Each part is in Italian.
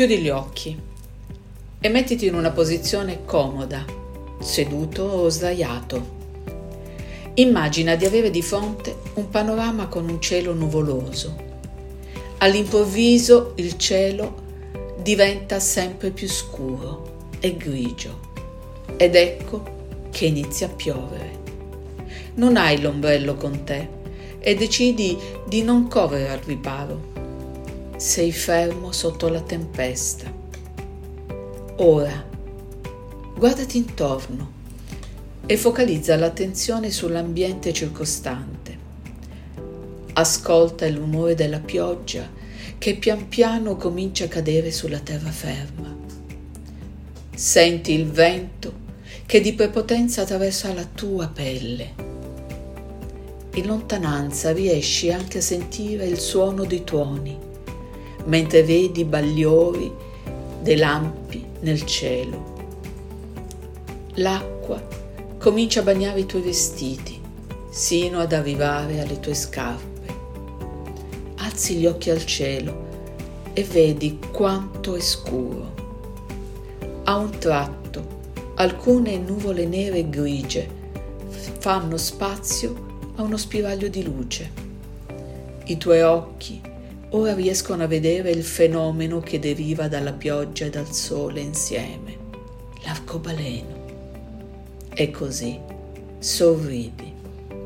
Chiudi gli occhi e mettiti in una posizione comoda, seduto o sdraiato. Immagina di avere di fronte un panorama con un cielo nuvoloso. All'improvviso il cielo diventa sempre più scuro e grigio ed ecco che inizia a piovere. Non hai l'ombrello con te e decidi di non correre al riparo. Sei fermo sotto la tempesta. Ora, guardati intorno e focalizza l'attenzione sull'ambiente circostante. Ascolta il rumore della pioggia che pian piano comincia a cadere sulla terraferma. Senti il vento che di prepotenza attraversa la tua pelle. In lontananza riesci anche a sentire il suono dei tuoni, mentre vedi bagliori dei lampi nel cielo. L'acqua comincia a bagnare i tuoi vestiti, sino ad arrivare alle tue scarpe. Alzi gli occhi al cielo e vedi quanto è scuro. A un tratto, alcune nuvole nere e grigie fanno spazio a uno spiraglio di luce. I tuoi occhi ora riescono a vedere il fenomeno che deriva dalla pioggia e dal sole insieme, l'arcobaleno. E così sorridi.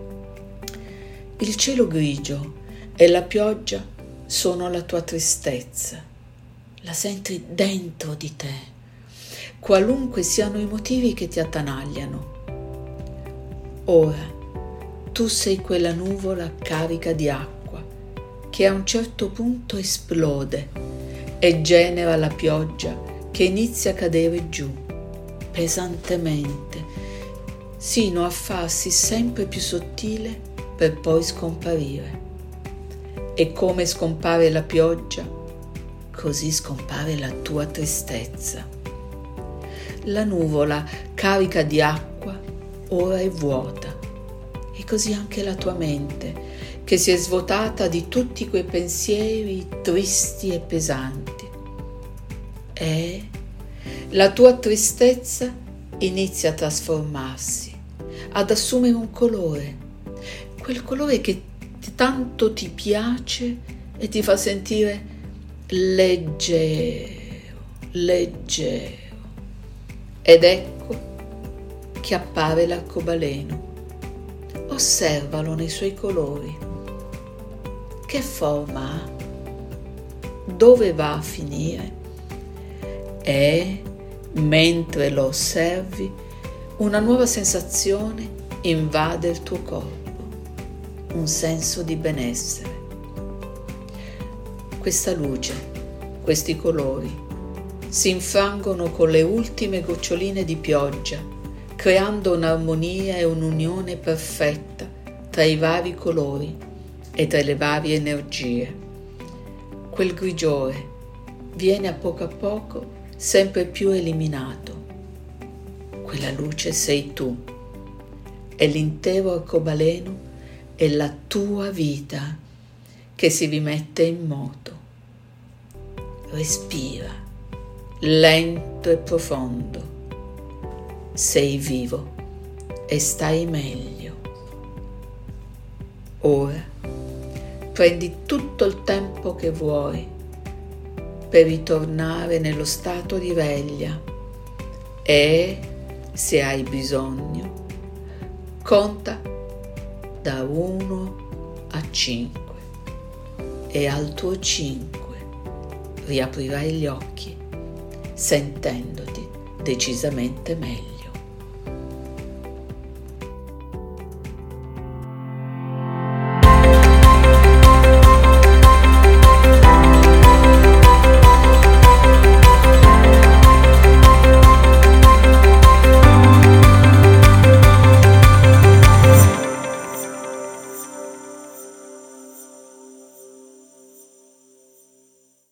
Il cielo grigio e la pioggia sono la tua tristezza. La senti dentro di te, qualunque siano i motivi che ti attanagliano. Ora tu sei quella nuvola carica di acqua che a un certo punto esplode e genera la pioggia che inizia a cadere giù, pesantemente, sino a farsi sempre più sottile per poi scomparire. E come scompare la pioggia, così scompare la tua tristezza. La nuvola carica di acqua ora è vuota. E così anche la tua mente, che si è svuotata di tutti quei pensieri tristi e pesanti. E la tua tristezza inizia a trasformarsi, ad assumere un colore, quel colore che tanto ti piace e ti fa sentire leggero, leggero. Ed ecco che appare l'arcobaleno. Osservalo nei suoi colori. Che forma ha? Dove va a finire? E, mentre lo osservi, una nuova sensazione invade il tuo corpo, un senso di benessere. Questa luce, questi colori, si infrangono con le ultime goccioline di pioggia, creando un'armonia e un'unione perfetta tra i vari colori e tra le varie energie. Quel grigiore viene a poco sempre più eliminato. Quella luce sei tu e l'intero arcobaleno è la tua vita che si rimette in moto. Respira, lento e profondo. Sei vivo e stai meglio. Ora prendi tutto il tempo che vuoi per ritornare nello stato di veglia e, se hai bisogno, conta da 1 a 5 e al tuo 5 riaprirai gli occhi sentendoti decisamente meglio.